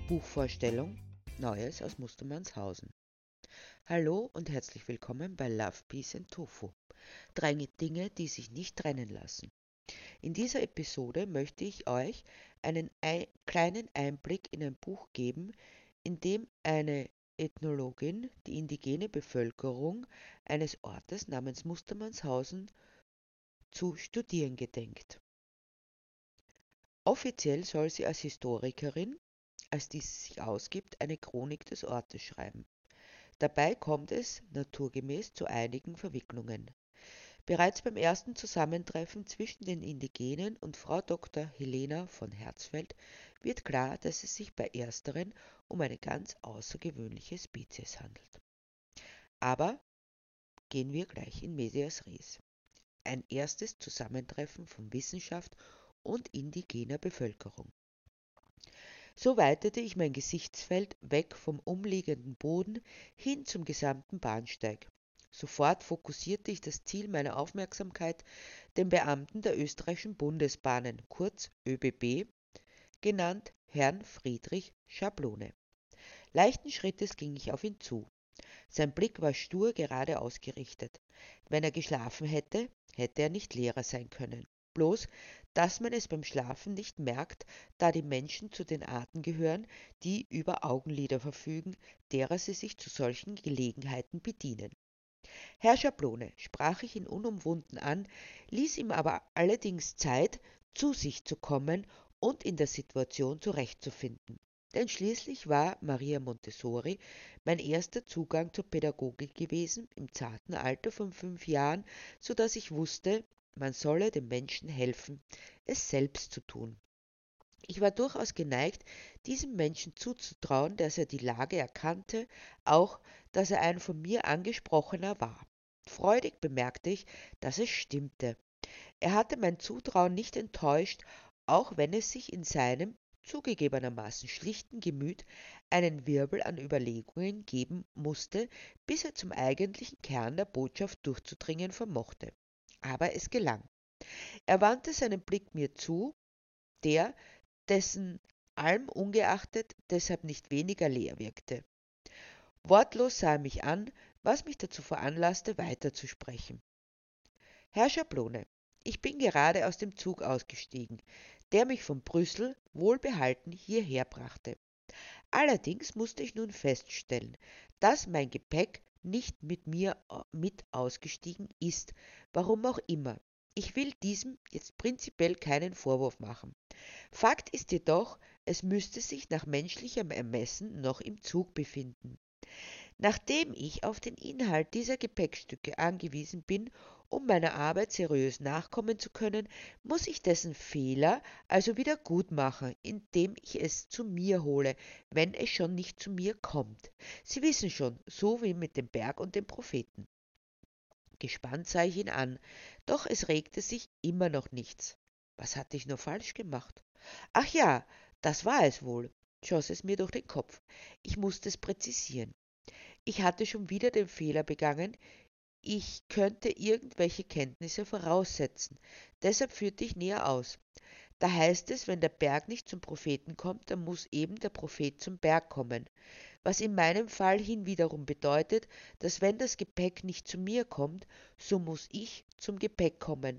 Buchvorstellung Neues aus Mustermannshausen. Hallo und herzlich willkommen bei Love, Peace and Tofu. Drei Dinge, die sich nicht trennen lassen. In dieser Episode möchte ich euch einen kleinen Einblick in ein Buch geben, in dem eine Ethnologin die indigene Bevölkerung eines Ortes namens Mustermannshausen zu studieren gedenkt. Offiziell soll sie als Historikerin, als die sie sich ausgibt, eine Chronik des Ortes schreiben. Dabei kommt es naturgemäß zu einigen Verwicklungen. Bereits beim ersten Zusammentreffen zwischen den Indigenen und Frau Dr. Helena von Herzfeld wird klar, dass es sich bei ersteren um eine ganz außergewöhnliche Spezies handelt. Aber gehen wir gleich in medias res. Ein erstes Zusammentreffen von Wissenschaft und indigener Bevölkerung. So weitete ich mein Gesichtsfeld weg vom umliegenden Boden hin zum gesamten Bahnsteig. Sofort fokussierte ich das Ziel meiner Aufmerksamkeit dem Beamten der österreichischen Bundesbahnen, kurz ÖBB, genannt Herrn Friedrich Schablone. Leichten Schrittes ging ich auf ihn zu. Sein Blick war stur gerade ausgerichtet. Wenn er geschlafen hätte, hätte er nicht Lehrer sein können. Bloß, dass man es beim Schlafen nicht merkt, da die Menschen zu den Arten gehören, die über Augenlider verfügen, derer sie sich zu solchen Gelegenheiten bedienen. Herr Schablone, sprach ich ihn unumwunden an, ließ ihm aber allerdings Zeit, zu sich zu kommen und in der Situation zurechtzufinden. Denn schließlich war Maria Montessori mein erster Zugang zur Pädagogik gewesen, im zarten Alter von 5 Jahren, so dass ich wusste, man solle dem Menschen helfen, es selbst zu tun. Ich war durchaus geneigt, diesem Menschen zuzutrauen, dass er die Lage erkannte, auch, dass er ein von mir angesprochener war. Freudig bemerkte ich, dass es stimmte. Er hatte mein Zutrauen nicht enttäuscht, auch wenn es sich in seinem zugegebenermaßen schlichten Gemüt einen Wirbel an Überlegungen geben musste, bis er zum eigentlichen Kern der Botschaft durchzudringen vermochte. Aber es gelang. Er wandte seinen Blick mir zu, der, dessen allem ungeachtet, deshalb nicht weniger leer wirkte. Wortlos sah er mich an, was mich dazu veranlasste, weiterzusprechen. Herr Schablone, ich bin gerade aus dem Zug ausgestiegen, der mich von Brüssel wohlbehalten hierher brachte. Allerdings musste ich nun feststellen, dass mein Gepäck nicht mit mir mit ausgestiegen ist, warum auch immer. Ich will diesem jetzt prinzipiell keinen Vorwurf machen. Fakt ist jedoch, es müsste sich nach menschlichem Ermessen noch im Zug befinden. Nachdem ich auf den Inhalt dieser Gepäckstücke angewiesen bin, um meiner Arbeit seriös nachkommen zu können, muss ich dessen Fehler also wieder gut machen, indem ich es zu mir hole, wenn es schon nicht zu mir kommt. Sie wissen schon, so wie mit dem Berg und dem Propheten. Gespannt sah ich ihn an, doch es regte sich immer noch nichts. Was hatte ich nur falsch gemacht? Ach ja, das war es wohl, schoss es mir durch den Kopf. Ich musste es präzisieren. Ich hatte schon wieder den Fehler begangen, ich könnte irgendwelche Kenntnisse voraussetzen. Deshalb führte ich näher aus. Da heißt es, wenn der Berg nicht zum Propheten kommt, dann muss eben der Prophet zum Berg kommen. Was in meinem Fall hin wiederum bedeutet, dass wenn das Gepäck nicht zu mir kommt, so muss ich zum Gepäck kommen.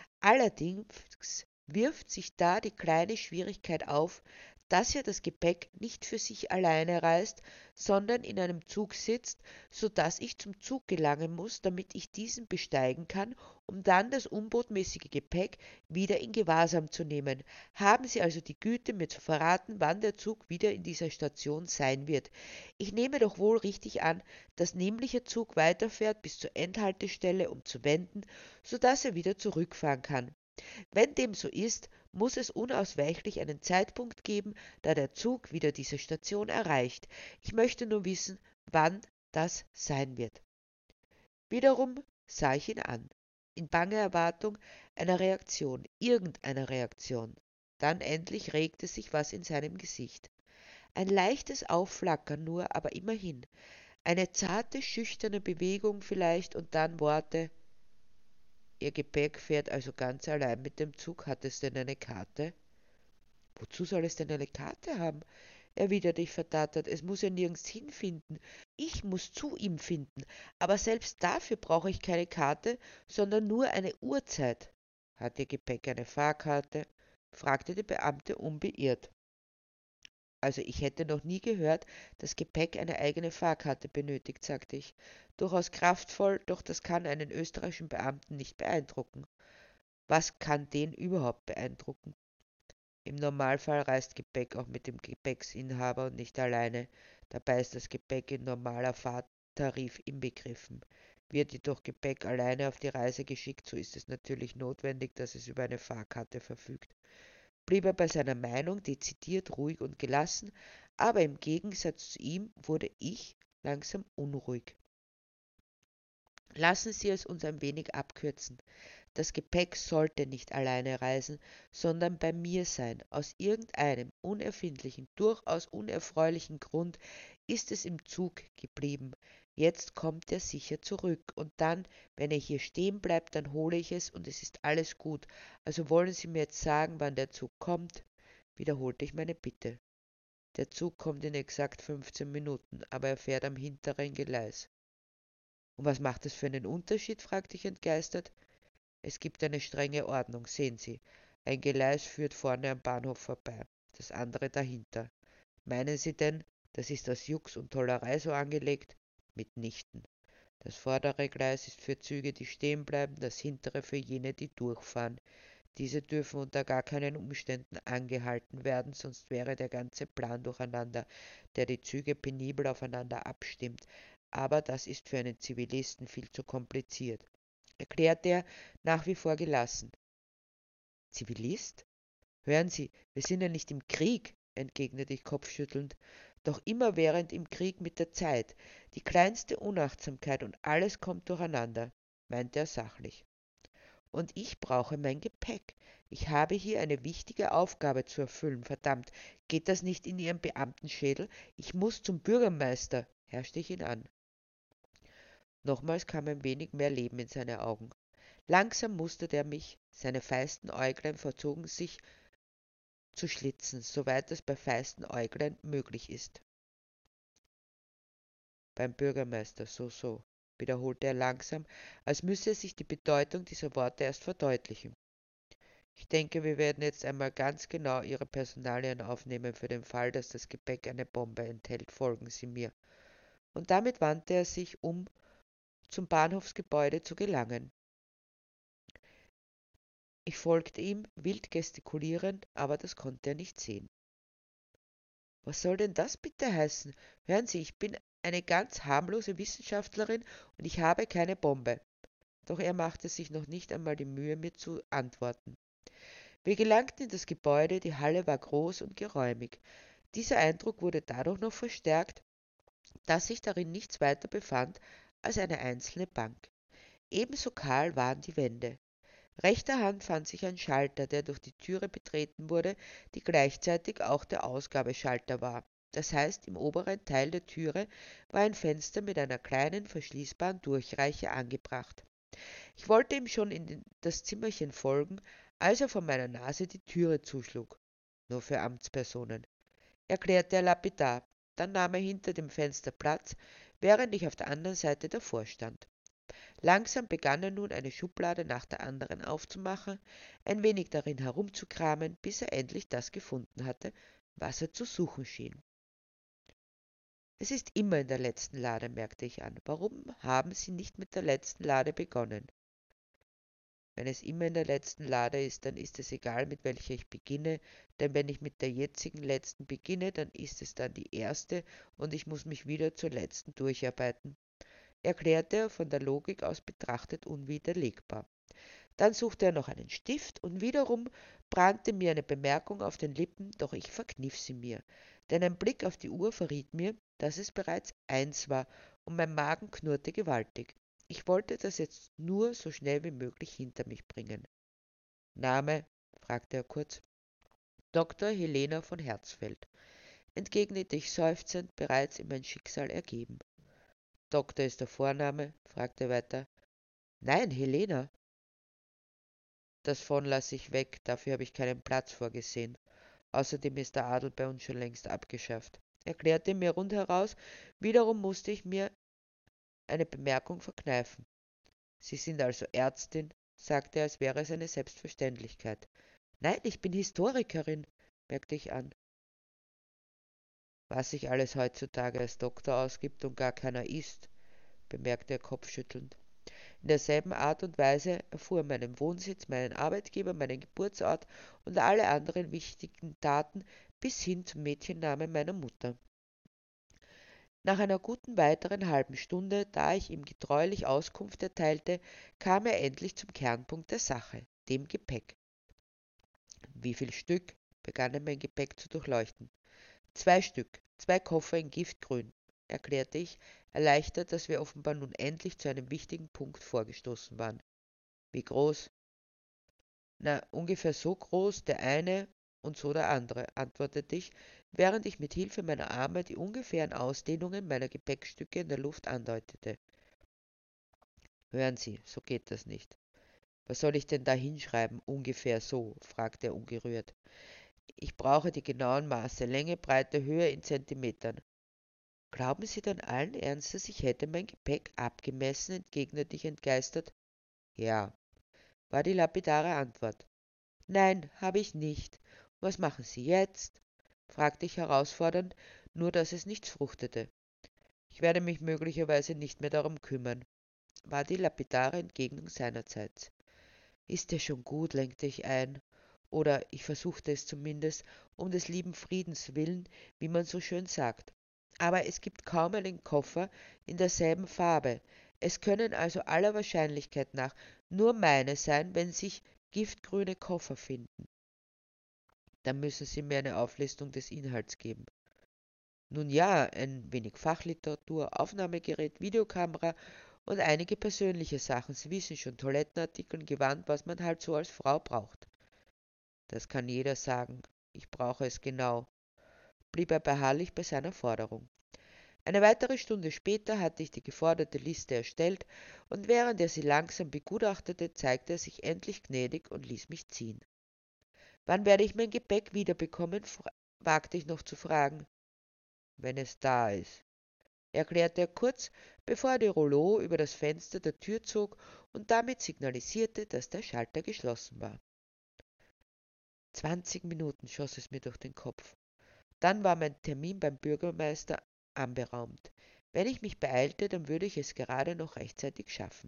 Allerdings wirft sich da die kleine Schwierigkeit auf, dass ja das Gepäck nicht für sich alleine reist, sondern in einem Zug sitzt, so dass ich zum Zug gelangen muss, damit ich diesen besteigen kann, um dann das unbotmäßige Gepäck wieder in Gewahrsam zu nehmen. Haben Sie also die Güte, mir zu verraten, wann der Zug wieder in dieser Station sein wird. Ich nehme doch wohl richtig an, dass nämlicher Zug weiterfährt bis zur Endhaltestelle, um zu wenden, so dass er wieder zurückfahren kann. Wenn dem so ist, muss es unausweichlich einen Zeitpunkt geben, da der Zug wieder diese Station erreicht. Ich möchte nur wissen, wann das sein wird. Wiederum sah ich ihn an, in banger Erwartung einer Reaktion, irgendeiner Reaktion. Dann endlich regte sich was in seinem Gesicht. Ein leichtes Aufflackern nur, aber immerhin. Eine zarte, schüchterne Bewegung vielleicht und dann Worte. Ihr Gepäck fährt also ganz allein mit dem Zug. Hat es denn eine Karte? Wozu soll es denn eine Karte haben? erwiderte ich verdattert, es muss ja nirgends hinfinden. Ich muss zu ihm finden, aber selbst dafür brauche ich keine Karte, sondern nur eine Uhrzeit. Hat Ihr Gepäck eine Fahrkarte? Fragte der Beamte unbeirrt. Also ich hätte noch nie gehört, dass Gepäck eine eigene Fahrkarte benötigt, sagte ich. Durchaus kraftvoll, doch das kann einen österreichischen Beamten nicht beeindrucken. Was kann den überhaupt beeindrucken? Im Normalfall reist Gepäck auch mit dem Gepäcksinhaber und nicht alleine. Dabei ist das Gepäck in normaler Fahrtarif inbegriffen. Wird jedoch Gepäck alleine auf die Reise geschickt, so ist es natürlich notwendig, dass es über eine Fahrkarte verfügt. Blieb er bei seiner Meinung, dezidiert, ruhig und gelassen, aber im Gegensatz zu ihm wurde ich langsam unruhig. Lassen Sie es uns ein wenig abkürzen. Das Gepäck sollte nicht alleine reisen, sondern bei mir sein. Aus irgendeinem unerfindlichen, durchaus unerfreulichen Grund ist es im Zug geblieben. Jetzt kommt er sicher zurück, und dann, wenn er hier stehen bleibt, dann hole ich es und es ist alles gut. Also wollen Sie mir jetzt sagen, wann der Zug kommt? Wiederholte ich meine Bitte. Der Zug kommt in exakt 15 Minuten, aber er fährt am hinteren Gleis. Und was macht das für einen Unterschied? Fragte ich entgeistert. Es gibt eine strenge Ordnung, sehen Sie. Ein Gleis führt vorne am Bahnhof vorbei, das andere dahinter. Meinen Sie denn, das ist aus Jux und Tollerei so angelegt? Mitnichten. Das vordere Gleis ist für Züge, die stehen bleiben, das hintere für jene, die durchfahren. Diese dürfen unter gar keinen Umständen angehalten werden, sonst wäre der ganze Plan durcheinander, der die Züge penibel aufeinander abstimmt. Aber das ist für einen Zivilisten viel zu kompliziert, erklärte er, nach wie vor gelassen. Zivilist? Hören Sie, wir sind ja nicht im Krieg, entgegnete ich kopfschüttelnd, doch immerwährend im Krieg mit der Zeit. Die kleinste Unachtsamkeit und alles kommt durcheinander, meinte er sachlich. Und ich brauche mein Gepäck. Ich habe hier eine wichtige Aufgabe zu erfüllen, verdammt. Geht das nicht in Ihren Beamtenschädel? Ich muss zum Bürgermeister, herrschte ich ihn an. Nochmals kam ein wenig mehr Leben in seine Augen. Langsam musterte er mich, seine feisten Äuglein verzogen sich zu Schlitzen, soweit es bei feisten Äuglein möglich ist. Beim Bürgermeister, so, wiederholte er langsam, als müsse er sich die Bedeutung dieser Worte erst verdeutlichen. Ich denke, wir werden jetzt einmal ganz genau Ihre Personalien aufnehmen für den Fall, dass das Gepäck eine Bombe enthält. Folgen Sie mir. Und damit wandte er sich, um zum Bahnhofsgebäude zu gelangen. Ich folgte ihm, wild gestikulierend, aber das konnte er nicht sehen. Was soll denn das bitte heißen? Hören Sie, ich bin eine ganz harmlose Wissenschaftlerin und ich habe keine Bombe. Doch er machte sich noch nicht einmal die Mühe, mir zu antworten. Wir gelangten in das Gebäude, die Halle war groß und geräumig. Dieser Eindruck wurde dadurch noch verstärkt, dass sich darin nichts weiter befand als eine einzelne Bank. Ebenso kahl waren die Wände. Rechter Hand fand sich ein Schalter, der durch die Türe betreten wurde, die gleichzeitig auch der Ausgabeschalter war. Das heißt, im oberen Teil der Türe war ein Fenster mit einer kleinen verschließbaren Durchreiche angebracht. Ich wollte ihm schon in das Zimmerchen folgen, als er vor meiner Nase die Türe zuschlug. Nur für Amtspersonen, erklärte er lapidar. Dann nahm er hinter dem Fenster Platz, während ich auf der anderen Seite davor stand. Langsam begann er nun eine Schublade nach der anderen aufzumachen, ein wenig darin herumzukramen, bis er endlich das gefunden hatte, was er zu suchen schien. Es ist immer in der letzten Lade, merkte ich an. Warum haben Sie nicht mit der letzten Lade begonnen? Wenn es immer in der letzten Lade ist, dann ist es egal, mit welcher ich beginne, denn wenn ich mit der jetzigen letzten beginne, dann ist es dann die erste und ich muss mich wieder zur letzten durcharbeiten, erklärte er, von der Logik aus betrachtet unwiderlegbar. Dann suchte er noch einen Stift und wiederum brannte mir eine Bemerkung auf den Lippen, doch ich verkniff sie mir, denn ein Blick auf die Uhr verriet mir, dass es bereits 1 war und mein Magen knurrte gewaltig. Ich wollte das jetzt nur so schnell wie möglich hinter mich bringen. Name? Fragte er kurz. Dr. Helena von Herzfeld, entgegnete ich seufzend, bereits in mein Schicksal ergeben. Doktor ist der Vorname? Fragte er weiter. Nein, Helena. Das von lasse ich weg, dafür habe ich keinen Platz vorgesehen. Außerdem ist der Adel bei uns schon längst abgeschafft, erklärte mir rundheraus. Wiederum musste ich mir eine Bemerkung verkneifen. Sie sind also Ärztin, sagte er, als wäre es eine Selbstverständlichkeit. Nein, ich bin Historikerin, merkte ich an. Was sich alles heutzutage als Doktor ausgibt und gar keiner ist, bemerkte er kopfschüttelnd. In derselben Art und Weise erfuhr er meinen Wohnsitz, meinen Arbeitgeber, meinen Geburtsort und alle anderen wichtigen Daten bis hin zum Mädchennamen meiner Mutter. Nach einer guten weiteren halben Stunde, da ich ihm getreulich Auskunft erteilte, kam er endlich zum Kernpunkt der Sache, dem Gepäck. Wie viel Stück? Begann er mein Gepäck zu durchleuchten. 2 Stück, 2 Koffer in Giftgrün, erklärte ich, erleichtert, dass wir offenbar nun endlich zu einem wichtigen Punkt vorgestoßen waren. Wie groß? Na, ungefähr so groß der eine und so der andere, antwortete ich, während ich mit Hilfe meiner Arme die ungefähren Ausdehnungen meiner Gepäckstücke in der Luft andeutete. Hören Sie, so geht das nicht. Was soll ich denn da hinschreiben, ungefähr so? Fragte er ungerührt. Ich brauche die genauen Maße, Länge, Breite, Höhe in Zentimetern. Glauben Sie denn allen Ernstes, ich hätte mein Gepäck abgemessen? Entgegnete ich entgeistert. Ja, war die lapidare Antwort. Nein, habe ich nicht. Was machen Sie jetzt? Fragte ich herausfordernd, nur dass es nichts fruchtete. Ich werde mich möglicherweise nicht mehr darum kümmern, war die lapidare Entgegnung seinerseits. Ist ja schon gut, lenkte ich ein. Oder ich versuchte es zumindest, um des lieben Friedens willen, wie man so schön sagt. Aber es gibt kaum einen Koffer in derselben Farbe. Es können also aller Wahrscheinlichkeit nach nur meine sein, wenn sich giftgrüne Koffer finden. Dann müssen Sie mir eine Auflistung des Inhalts geben. Nun ja, ein wenig Fachliteratur, Aufnahmegerät, Videokamera und einige persönliche Sachen. Sie wissen schon, Toilettenartikel, Gewand, was man halt so als Frau braucht. Das kann jeder sagen. Ich brauche es genau, blieb er beharrlich bei seiner Forderung. Eine weitere Stunde später hatte ich die geforderte Liste erstellt, und während er sie langsam begutachtete, zeigte er sich endlich gnädig und ließ mich ziehen. Wann werde ich mein Gepäck wiederbekommen? Wagte ich noch zu fragen. Wenn es da ist, erklärte er kurz, bevor er die Rouleau über das Fenster der Tür zog und damit signalisierte, dass der Schalter geschlossen war. 20 Minuten schoss es mir durch den Kopf. Dann war mein Termin beim Bürgermeister anberaumt. Wenn ich mich beeilte, dann würde ich es gerade noch rechtzeitig schaffen.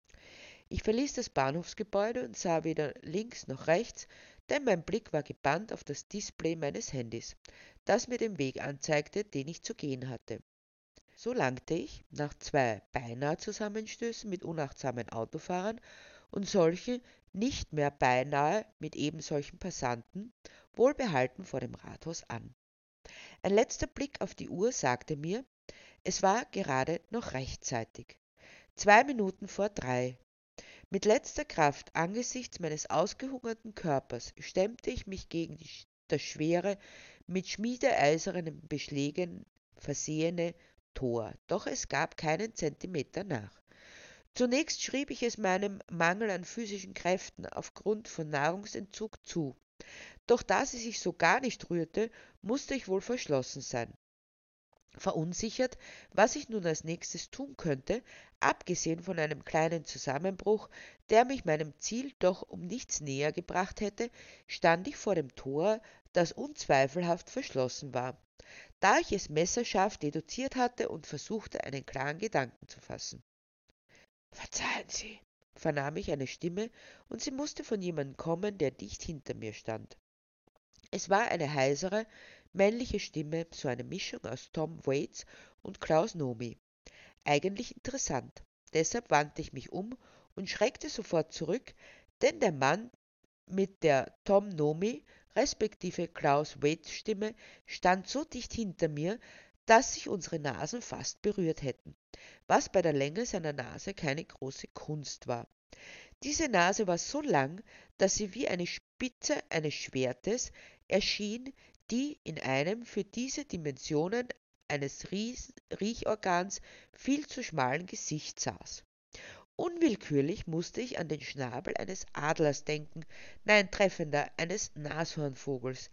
Ich verließ das Bahnhofsgebäude und sah weder links noch rechts, denn mein Blick war gebannt auf das Display meines Handys, das mir den Weg anzeigte, den ich zu gehen hatte. So langte ich, nach 2 beinahe Zusammenstößen mit unachtsamen Autofahrern und solchen nicht mehr beinahe mit ebensolchen Passanten, wohlbehalten vor dem Rathaus an. Ein letzter Blick auf die Uhr sagte mir, es war gerade noch rechtzeitig. 2 Minuten vor 3. Mit letzter Kraft angesichts meines ausgehungerten Körpers stemmte ich mich gegen das schwere, mit schmiedeeisernen Beschlägen versehene Tor, doch es gab keinen Zentimeter nach. Zunächst schrieb ich es meinem Mangel an physischen Kräften aufgrund von Nahrungsentzug zu, doch da sie sich so gar nicht rührte, musste ich wohl verschlossen sein. Verunsichert, was ich nun als nächstes tun könnte, abgesehen von einem kleinen Zusammenbruch, der mich meinem Ziel doch um nichts näher gebracht hätte, stand ich vor dem Tor, das unzweifelhaft verschlossen war, da ich es messerscharf deduziert hatte und versuchte, einen klaren Gedanken zu fassen. »Verzeihen Sie«, vernahm ich eine Stimme, und sie musste von jemandem kommen, der dicht hinter mir stand. Es war eine heisere, männliche Stimme, so eine Mischung aus Tom Waits und Klaus Nomi. Eigentlich interessant. Deshalb wandte ich mich um und schreckte sofort zurück, denn der Mann mit der Tom Nomi respektive Klaus Waits Stimme stand so dicht hinter mir, dass sich unsere Nasen fast berührt hätten, was bei der Länge seiner Nase keine große Kunst war. Diese Nase war so lang, dass sie wie eine Spitze eines Schwertes erschien, die in einem für diese Dimensionen eines Riechorgans viel zu schmalen Gesicht saß. Unwillkürlich musste ich an den Schnabel eines Adlers denken, nein, treffender, eines Nashornvogels,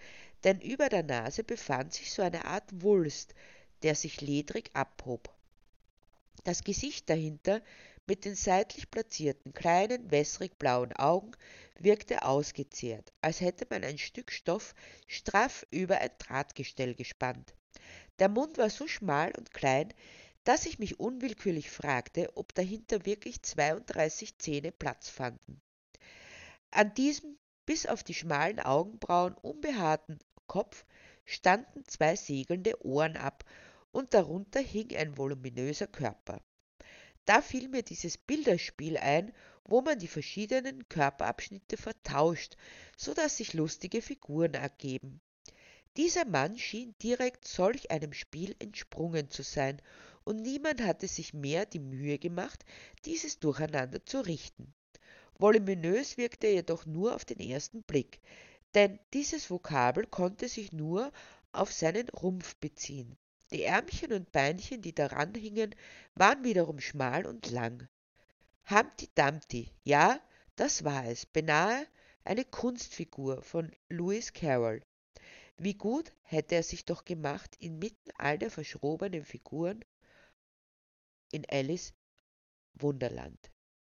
denn über der Nase befand sich so eine Art Wulst, der sich ledrig abhob. Das Gesicht dahinter mit den seitlich platzierten kleinen wässrig blauen Augen wirkte ausgezehrt, als hätte man ein Stück Stoff straff über ein Drahtgestell gespannt. Der Mund war so schmal und klein, dass ich mich unwillkürlich fragte, ob dahinter wirklich 32 Zähne Platz fanden. An diesem bis auf die schmalen Augenbrauen unbehaarten Kopf standen zwei segelnde Ohren ab, und darunter hing ein voluminöser Körper. Da fiel mir dieses Bilderspiel ein, wo man die verschiedenen Körperabschnitte vertauscht, so dass sich lustige Figuren ergeben. Dieser Mann schien direkt solch einem Spiel entsprungen zu sein, und niemand hatte sich mehr die Mühe gemacht, dieses durcheinander zu richten. Voluminös wirkte er jedoch nur auf den ersten Blick, denn dieses Vokabel konnte sich nur auf seinen Rumpf beziehen. Die Ärmchen und Beinchen, die daran hingen, waren wiederum schmal und lang. Humpty Dumpty, ja, das war es, beinahe eine Kunstfigur von Lewis Carroll. Wie gut hätte er sich doch gemacht inmitten all der verschrobenen Figuren in Alice Wunderland.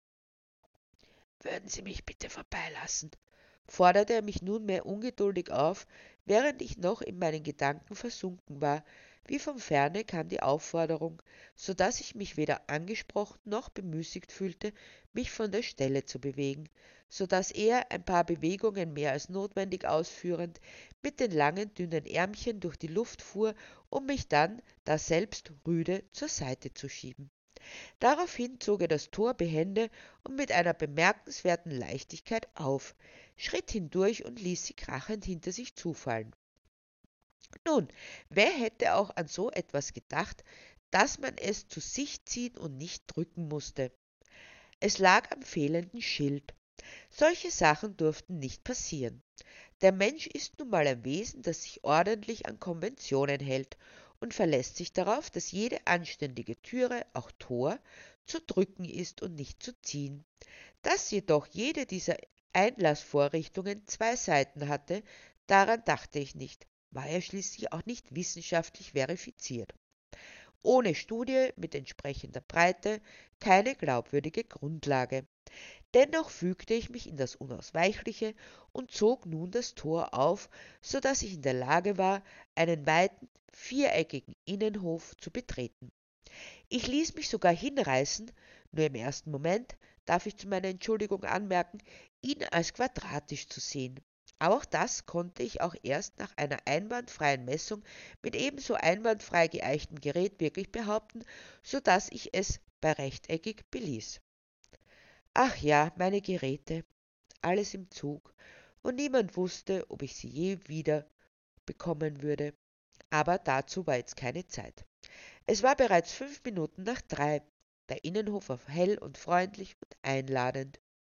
»Würden Sie mich bitte vorbeilassen?« forderte er mich nunmehr ungeduldig auf, während ich noch in meinen Gedanken versunken war. Wie von ferne kam die Aufforderung, so daß ich mich weder angesprochen noch bemüßigt fühlte, mich von der Stelle zu bewegen, so daß er, ein paar Bewegungen mehr als notwendig ausführend, mit den langen, dünnen Ärmchen durch die Luft fuhr, um mich dann daselbst rüde zur Seite zu schieben. Daraufhin zog er das Tor behende und mit einer bemerkenswerten Leichtigkeit auf, schritt hindurch und ließ sie krachend hinter sich zufallen. Nun, wer hätte auch an so etwas gedacht, dass man es zu sich ziehen und nicht drücken musste? Es lag am fehlenden Schild. Solche Sachen durften nicht passieren. Der Mensch ist nun mal ein Wesen, das sich ordentlich an Konventionen hält und verlässt sich darauf, dass jede anständige Türe, auch Tor, zu drücken ist und nicht zu ziehen. Dass jedoch jede dieser Einlassvorrichtungen zwei Seiten hatte, daran dachte ich nicht, war ja schließlich auch nicht wissenschaftlich verifiziert. Ohne Studie mit entsprechender Breite keine glaubwürdige Grundlage. Dennoch fügte ich mich in das Unausweichliche und zog nun das Tor auf, so daß ich in der Lage war, einen weiten, viereckigen Innenhof zu betreten. Ich ließ mich sogar hinreißen, nur im ersten Moment, darf ich zu meiner Entschuldigung anmerken, ihn als quadratisch zu sehen. Aber auch das konnte ich auch erst nach einer einwandfreien Messung mit ebenso einwandfrei geeichtem Gerät wirklich behaupten, so daß ich es bei rechteckig beließ. Ach ja, meine Geräte, alles im Zug, und niemand wusste, ob ich sie je wieder bekommen würde. Aber dazu war jetzt keine Zeit. Es war bereits 5 Minuten nach 3. Der Innenhof war hell und freundlich und einladend.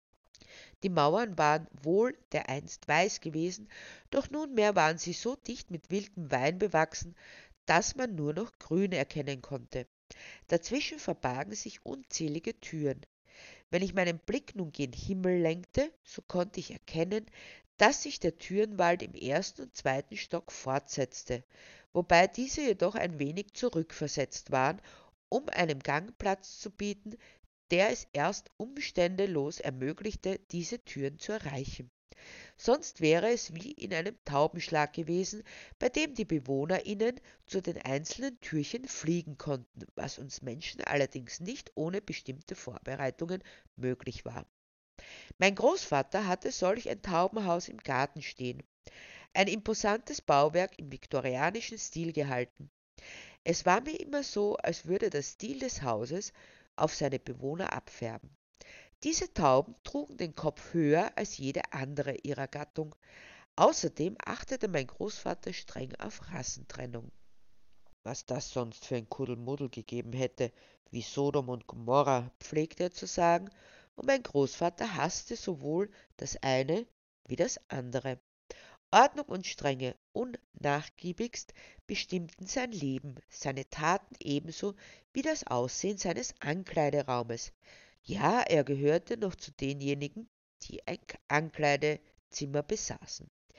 Die Mauern waren wohl dereinst weiß gewesen, doch nunmehr waren sie so dicht mit wildem Wein bewachsen, dass man nur noch Grün erkennen konnte. Dazwischen verbargen sich unzählige Türen. Wenn ich meinen Blick nun gen Himmel lenkte, so konnte ich erkennen, dass sich der Türenwald im ersten und zweiten Stock fortsetzte, wobei diese jedoch ein wenig zurückversetzt waren, um einem Gangplatz zu bieten, der es erst umständelos ermöglichte, diese Türen zu erreichen. Sonst wäre es wie in einem Taubenschlag gewesen, bei dem die BewohnerInnen zu den einzelnen Türchen fliegen konnten, was uns Menschen allerdings nicht ohne bestimmte Vorbereitungen möglich war. Mein Großvater hatte solch ein Taubenhaus im Garten stehen, ein imposantes Bauwerk im viktorianischen Stil gehalten. Es war mir immer so, als würde der Stil des Hauses auf seine Bewohner abfärben. Diese Tauben trugen den Kopf höher als jede andere ihrer Gattung. Außerdem achtete mein Großvater streng auf Rassentrennung. Was das sonst für ein Kuddelmuddel gegeben hätte, wie Sodom und Gomorra, pflegte er zu sagen, und mein Großvater hasste sowohl das eine wie das andere. Ordnung und Strenge unnachgiebigst bestimmten sein Leben, seine Taten ebenso wie das Aussehen seines Ankleideraumes. Ja, er gehörte noch zu denjenigen, die ein Ankleidezimmer besaßen.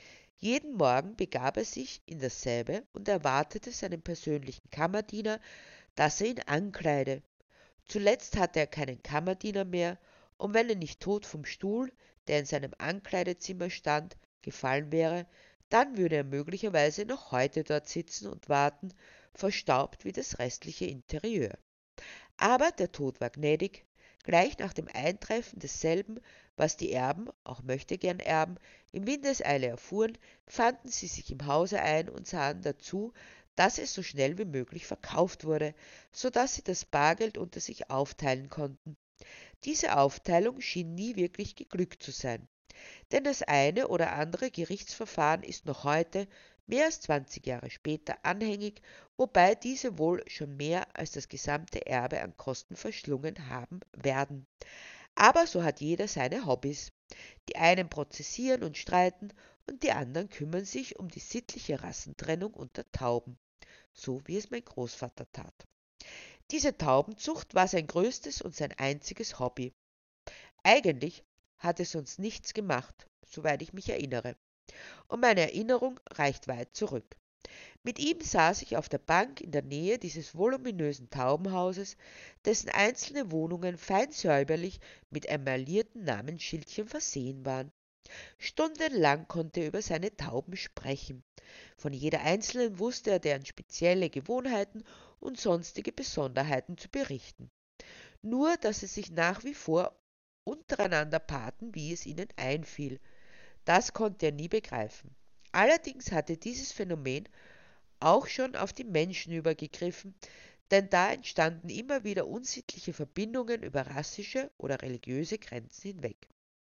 Jeden Morgen begab er sich in dasselbe und erwartete seinen persönlichen Kammerdiener, dass er ihn ankleide. Zuletzt hatte er keinen Kammerdiener mehr, und wenn er nicht tot vom Stuhl, der in seinem Ankleidezimmer stand, gefallen wäre, dann würde er möglicherweise noch heute dort sitzen und warten, verstaubt wie das restliche Interieur. Aber der Tod war gnädig. Gleich nach dem Eintreffen desselben, was die Erben, auch Möchtegern-Erben, in Windeseile erfuhren, fanden sie sich im Hause ein und sahen dazu, dass es so schnell wie möglich verkauft wurde, so dass sie das Bargeld unter sich aufteilen konnten. Diese Aufteilung schien nie wirklich geglückt zu sein, denn das eine oder andere Gerichtsverfahren ist noch heute, mehr als 20 Jahre später, anhängig, wobei diese wohl schon mehr als das gesamte Erbe an Kosten verschlungen haben werden. Aber so hat jeder seine Hobbys. Die einen prozessieren und streiten und die anderen kümmern sich um die sittliche Rassentrennung unter Tauben, so wie es mein Großvater tat. Diese Taubenzucht war sein größtes und sein einziges Hobby. Eigentlich hat er sonst nichts gemacht, soweit ich mich erinnere. Und meine Erinnerung reicht weit zurück. Mit ihm saß ich auf der Bank in der Nähe dieses voluminösen Taubenhauses, dessen einzelne Wohnungen fein säuberlich mit emaillierten Namensschildchen versehen waren. Stundenlang konnte er über seine Tauben sprechen. Von jeder einzelnen wusste er deren spezielle Gewohnheiten und sonstige Besonderheiten zu berichten. Nur, dass sie sich nach wie vor untereinander paarten, wie es ihnen einfiel. Das konnte er nie begreifen. Allerdings hatte dieses Phänomen auch schon auf die Menschen übergegriffen, denn da entstanden immer wieder unsittliche Verbindungen über rassische oder religiöse Grenzen hinweg.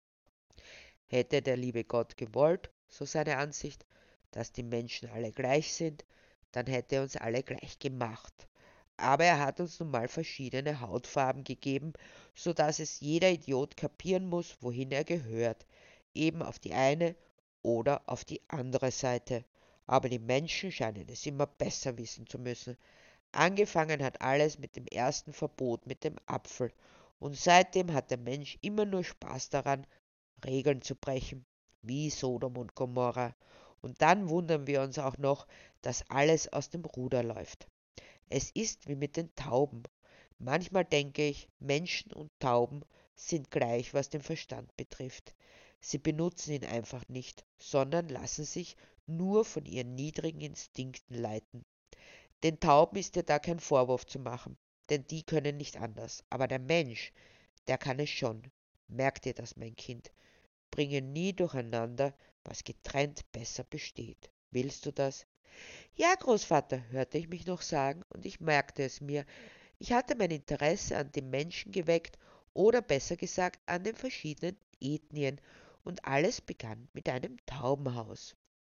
Hätte der liebe Gott gewollt, so seine Ansicht, dass die Menschen alle gleich sind, dann hätte er uns alle gleich gemacht. Aber er hat uns nun mal verschiedene Hautfarben gegeben, so dass es jeder Idiot kapieren muss, wohin er gehört, eben auf die eine oder auf die andere Seite. Aber die Menschen scheinen es immer besser wissen zu müssen. Angefangen hat alles mit dem ersten Verbot mit dem Apfel, und seitdem hat der Mensch immer nur Spaß daran, Regeln zu brechen, wie Sodom und Gomorra. Und dann wundern wir uns auch noch, dass alles aus dem Ruder läuft. Es ist wie mit den Tauben. Manchmal denke ich, Menschen und Tauben sind gleich, was den Verstand betrifft. Sie benutzen ihn einfach nicht, sondern lassen sich nur von ihren niedrigen Instinkten leiten. Den Tauben ist ja da kein Vorwurf zu machen, denn die können nicht anders. Aber der Mensch, der kann es schon. Merk dir das, mein Kind. Bringe nie durcheinander, was getrennt besser besteht. Willst du das? Ja, Großvater, hörte ich mich noch sagen, und ich merkte es mir. Ich hatte mein Interesse an dem Menschen geweckt, oder besser gesagt an den verschiedenen Ethnien, und alles begann mit einem Taubenhaus.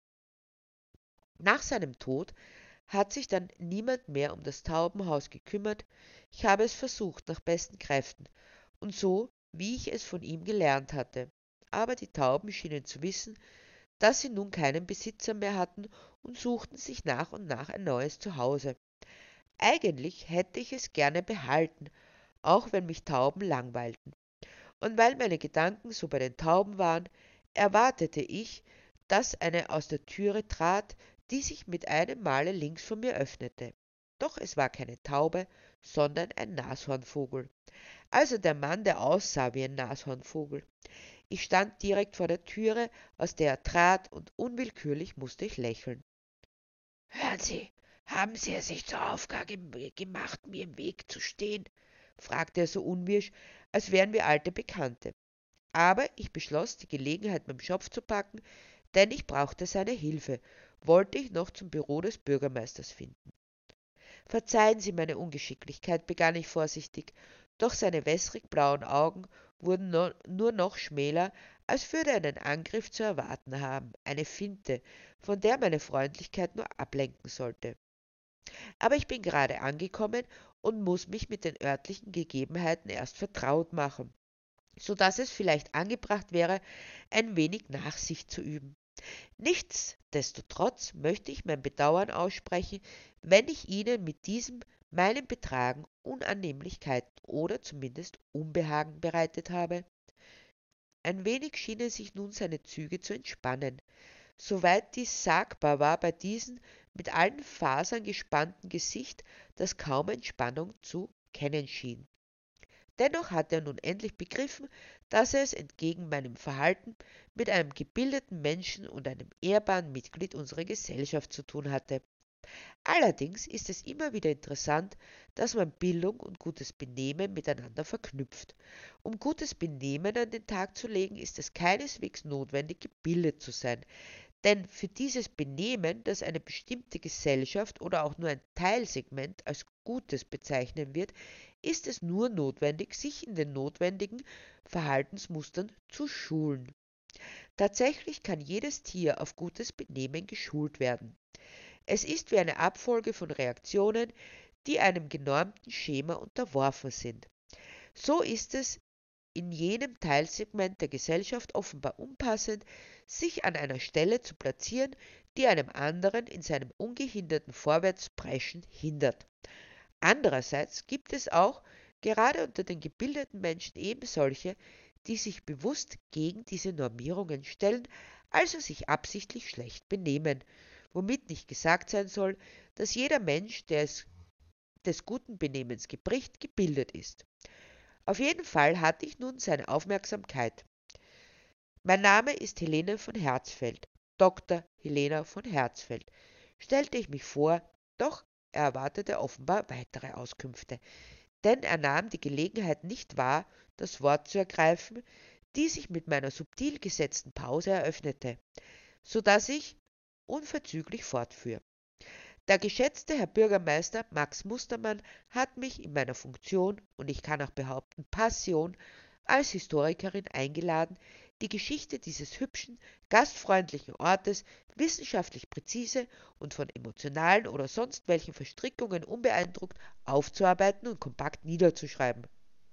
Nach seinem Tod hat sich dann niemand mehr um das Taubenhaus gekümmert. Ich habe es versucht nach besten Kräften und so, wie ich es von ihm gelernt hatte. Aber die Tauben schienen zu wissen, dass sie nun keinen Besitzer mehr hatten und suchten sich nach und nach ein neues Zuhause. Eigentlich hätte ich es gerne behalten, auch wenn mich Tauben langweilten. Und weil meine Gedanken so bei den Tauben waren, erwartete ich, dass eine aus der Türe trat, die sich mit einem Male links von mir öffnete. Doch es war keine Taube, sondern ein Nashornvogel. Also der Mann, der aussah wie ein Nashornvogel. Ich stand direkt vor der Türe, aus der er trat, und unwillkürlich musste ich lächeln. Hören Sie, haben Sie es sich zur Aufgabe gemacht, mir im Weg zu stehen? Fragte er so unwirsch, als wären wir alte Bekannte. Aber ich beschloss, die Gelegenheit beim Schopf zu packen, denn ich brauchte seine Hilfe, wollte ich noch zum Büro des Bürgermeisters finden. Verzeihen Sie meine Ungeschicklichkeit, begann ich vorsichtig, doch seine wässrig blauen Augen wurden nur noch schmäler, als würde er einen Angriff zu erwarten haben, eine Finte, von der meine Freundlichkeit nur ablenken sollte. Aber ich bin gerade angekommen und muss mich mit den örtlichen Gegebenheiten erst vertraut machen, so dass es vielleicht angebracht wäre, ein wenig Nachsicht zu üben. Nichtsdestotrotz möchte ich mein Bedauern aussprechen, wenn ich Ihnen mit diesem meinem Betragen Unannehmlichkeiten oder zumindest Unbehagen bereitet habe. Ein wenig schienen sich nun seine Züge zu entspannen. soweit dies sagbar war bei diesem mit allen Fasern gespannten Gesicht, das kaum Entspannung zu kennen schien. Dennoch hatte er nun endlich begriffen, dass er es entgegen meinem Verhalten mit einem gebildeten Menschen und einem ehrbaren Mitglied unserer Gesellschaft zu tun hatte. Allerdings ist es immer wieder interessant, dass man Bildung und gutes Benehmen miteinander verknüpft. Um gutes Benehmen an den Tag zu legen, ist es keineswegs notwendig, gebildet zu sein. Denn für dieses Benehmen, das eine bestimmte Gesellschaft oder auch nur ein Teilsegment als Gutes bezeichnen wird, ist es nur notwendig, sich in den notwendigen Verhaltensmustern zu schulen. Tatsächlich kann jedes Tier auf gutes Benehmen geschult werden. Es ist wie eine Abfolge von Reaktionen, die einem genormten Schema unterworfen sind. So ist es in jenem Teilsegment der Gesellschaft offenbar unpassend, sich an einer Stelle zu platzieren, die einem anderen in seinem ungehinderten Vorwärtspreschen hindert. Andererseits gibt es auch gerade unter den gebildeten Menschen eben solche, die sich bewusst gegen diese Normierungen stellen, also sich absichtlich schlecht benehmen, womit nicht gesagt sein soll, dass jeder Mensch, der es des guten Benehmens gebricht, gebildet ist. Auf jeden Fall hatte ich nun seine Aufmerksamkeit. Mein Name ist Helene von Herzfeld, Dr. Helena von Herzfeld, stellte ich mich vor, doch er erwartete offenbar weitere Auskünfte, denn er nahm die Gelegenheit nicht wahr, das Wort zu ergreifen, die sich mit meiner subtil gesetzten Pause eröffnete, so dass ich unverzüglich fortfuhr. Der geschätzte Herr Bürgermeister Max Mustermann hat mich in meiner Funktion und ich kann auch behaupten Passion als Historikerin eingeladen, die Geschichte dieses hübschen, gastfreundlichen Ortes wissenschaftlich präzise und von emotionalen oder sonst welchen Verstrickungen unbeeindruckt aufzuarbeiten und kompakt niederzuschreiben.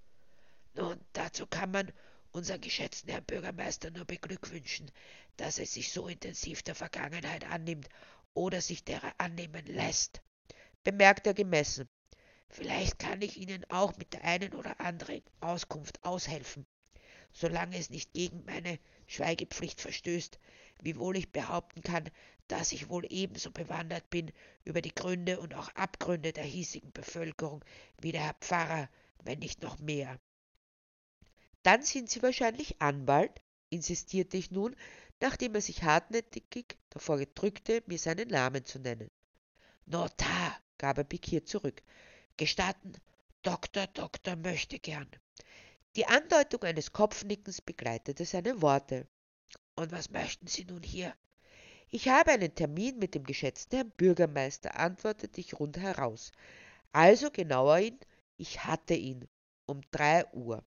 Nun, dazu kann man unseren geschätzten Herrn Bürgermeister nur beglückwünschen, dass er sich so intensiv der Vergangenheit annimmt oder sich derer annehmen lässt, bemerkt er gemessen. Vielleicht kann ich Ihnen auch mit der einen oder anderen Auskunft aushelfen, solange es nicht gegen meine Schweigepflicht verstößt, wiewohl ich behaupten kann, dass ich wohl ebenso bewandert bin über die Gründe und auch Abgründe der hiesigen Bevölkerung wie der Herr Pfarrer, wenn nicht noch mehr. Dann sind Sie wahrscheinlich Anwalt, insistierte ich nun, nachdem er sich hartnäckig davor gedrückte, mir seinen Namen zu nennen. Notar, gab er pikiert zurück. Gestatten, Doktor möchte gern. Die Andeutung eines Kopfnickens begleitete seine Worte. Und was möchten Sie nun hier? Ich habe einen Termin mit dem geschätzten Herrn Bürgermeister, antwortete ich rundheraus. Also genauer ich hatte ihn um 3 Uhr.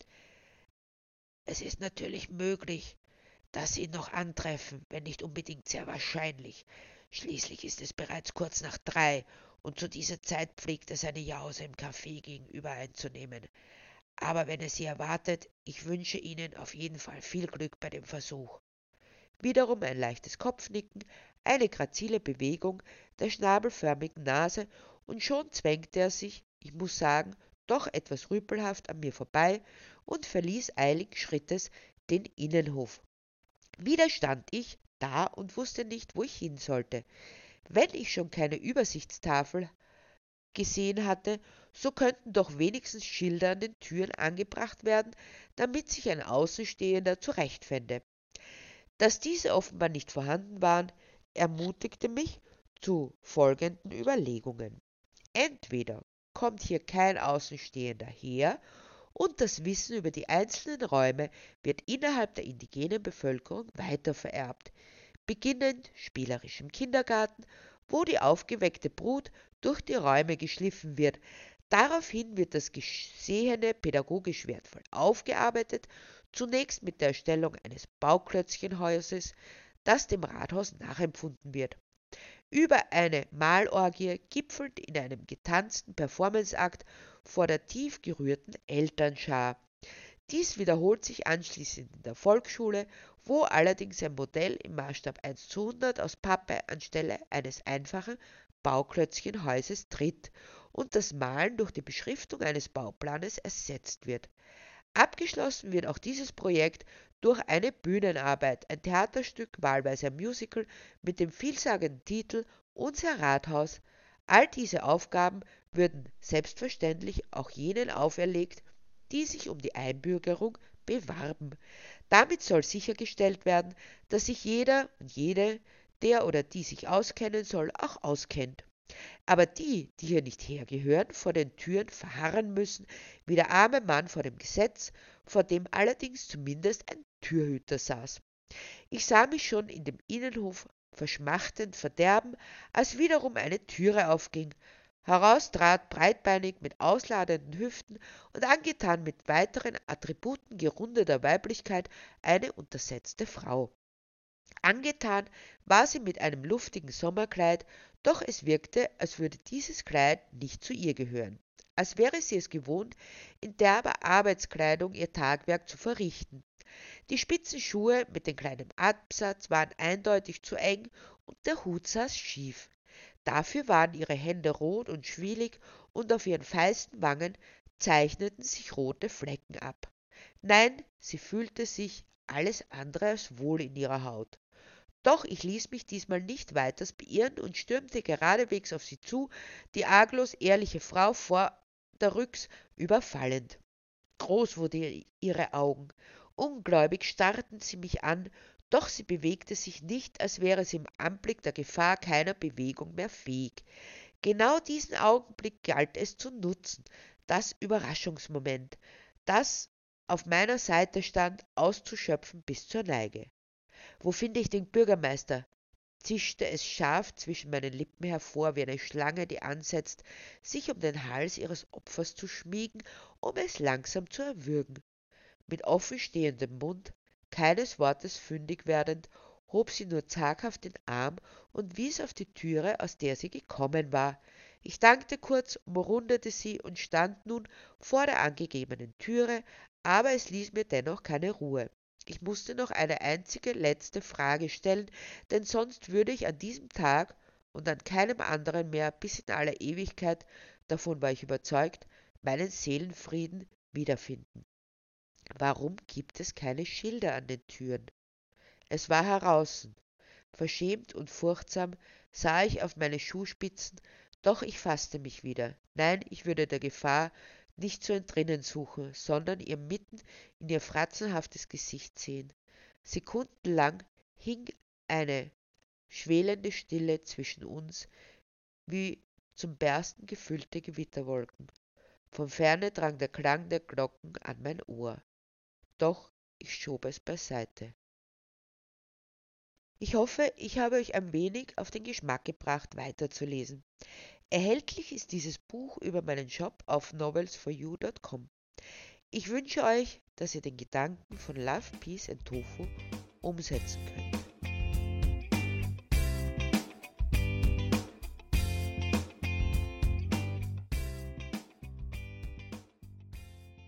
Es ist natürlich möglich, dass Sie ihn noch antreffen, wenn nicht unbedingt sehr wahrscheinlich. Schließlich ist es bereits kurz nach 3 und zu dieser Zeit pflegt er seine Jause im Café gegenüber einzunehmen. Aber wenn er Sie erwartet, ich wünsche Ihnen auf jeden Fall viel Glück bei dem Versuch. Wiederum ein leichtes Kopfnicken, eine grazile Bewegung der schnabelförmigen Nase und schon zwängte er sich, ich muss sagen, doch etwas rüpelhaft an mir vorbei und verließ eiligen Schrittes den Innenhof. Wieder stand ich da und wusste nicht, wo ich hin sollte. Wenn ich schon keine Übersichtstafel gesehen hatte, so könnten doch wenigstens Schilder an den Türen angebracht werden, damit sich ein Außenstehender zurechtfände. Dass diese offenbar nicht vorhanden waren, ermutigte mich zu folgenden Überlegungen. Entweder kommt hier kein Außenstehender her und das Wissen über die einzelnen Räume wird innerhalb der indigenen Bevölkerung weitervererbt, beginnend spielerisch im Kindergarten, wo die aufgeweckte Brut durch die Räume geschliffen wird. Daraufhin wird das Gesehene pädagogisch wertvoll aufgearbeitet, zunächst mit der Erstellung eines Bauklötzchenhauses, das dem Rathaus nachempfunden wird. Über eine Malorgie gipfelt in einem getanzten Performanceakt vor der tief gerührten Elternschar. Dies wiederholt sich anschließend in der Volksschule, wo allerdings ein Modell im Maßstab 1:100 aus Pappe anstelle eines einfachen Bauklötzchenhäuses tritt und das Malen durch die Beschriftung eines Bauplanes ersetzt wird. Abgeschlossen wird auch dieses Projekt durch eine Bühnenarbeit, ein Theaterstück, wahlweise ein Musical mit dem vielsagenden Titel Unser Rathaus. All diese Aufgaben würden selbstverständlich auch jenen auferlegt, die sich um die Einbürgerung bewarben. Damit soll sichergestellt werden, dass sich jeder und jede, der oder die sich auskennen soll, auch auskennt. Aber die hier nicht hergehören, vor den Türen verharren müssen, wie der arme Mann vor dem Gesetz, vor dem allerdings zumindest ein Türhüter saß. Ich sah mich schon in dem Innenhof verschmachtend verderben, als wiederum eine Türe aufging. Heraus trat breitbeinig mit ausladenden Hüften und angetan mit weiteren Attributen gerundeter Weiblichkeit eine untersetzte Frau. Angetan war sie mit einem luftigen Sommerkleid, doch es wirkte, als würde dieses Kleid nicht zu ihr gehören, als wäre sie es gewohnt, in derber Arbeitskleidung ihr Tagwerk zu verrichten. Die spitzen Schuhe mit dem kleinen Absatz waren eindeutig zu eng und der Hut saß schief. Dafür waren ihre Hände rot und schwielig und auf ihren feisten Wangen zeichneten sich rote Flecken ab. Nein, sie fühlte sich alles andere als wohl in ihrer Haut. Doch ich ließ mich diesmal nicht weiters beirren und stürmte geradewegs auf sie zu, die arglos ehrliche Frau vorderrücks überfallend. Groß wurden ihre Augen, ungläubig starrten sie mich an, doch sie bewegte sich nicht, als wäre sie im Anblick der Gefahr keiner Bewegung mehr fähig. Genau diesen Augenblick galt es zu nutzen, das Überraschungsmoment, das auf meiner Seite stand, auszuschöpfen bis zur Neige. Wo finde ich den Bürgermeister? Zischte es scharf zwischen meinen Lippen hervor, wie eine Schlange, die ansetzt, sich um den Hals ihres Opfers zu schmiegen, um es langsam zu erwürgen. Mit offenstehendem Mund, keines Wortes fündig werdend, hob sie nur zaghaft den Arm und wies auf die Türe, aus der sie gekommen war. Ich dankte kurz, umrundete sie und stand nun vor der angegebenen Türe, aber es ließ mir dennoch keine Ruhe. Ich musste noch eine einzige letzte Frage stellen, denn sonst würde ich an diesem Tag und an keinem anderen mehr bis in aller Ewigkeit, davon war ich überzeugt, meinen Seelenfrieden wiederfinden. Warum gibt es keine Schilder an den Türen? Es war heraußen. Verschämt und furchtsam sah ich auf meine Schuhspitzen, doch ich faßte mich wieder. Nein, ich würde der Gefahr nicht zu entrinnen suchen, sondern ihr mitten in ihr fratzenhaftes Gesicht sehen. Sekundenlang hing eine schwelende Stille zwischen uns, wie zum Bersten gefüllte Gewitterwolken. Von ferne drang der Klang der Glocken an mein Ohr. Doch ich schob es beiseite. Ich hoffe, ich habe euch ein wenig auf den Geschmack gebracht, weiterzulesen. Erhältlich ist dieses Buch über meinen Shop auf novelsforyou.com. Ich wünsche euch, dass ihr den Gedanken von Love, Peace and Tofu umsetzen könnt.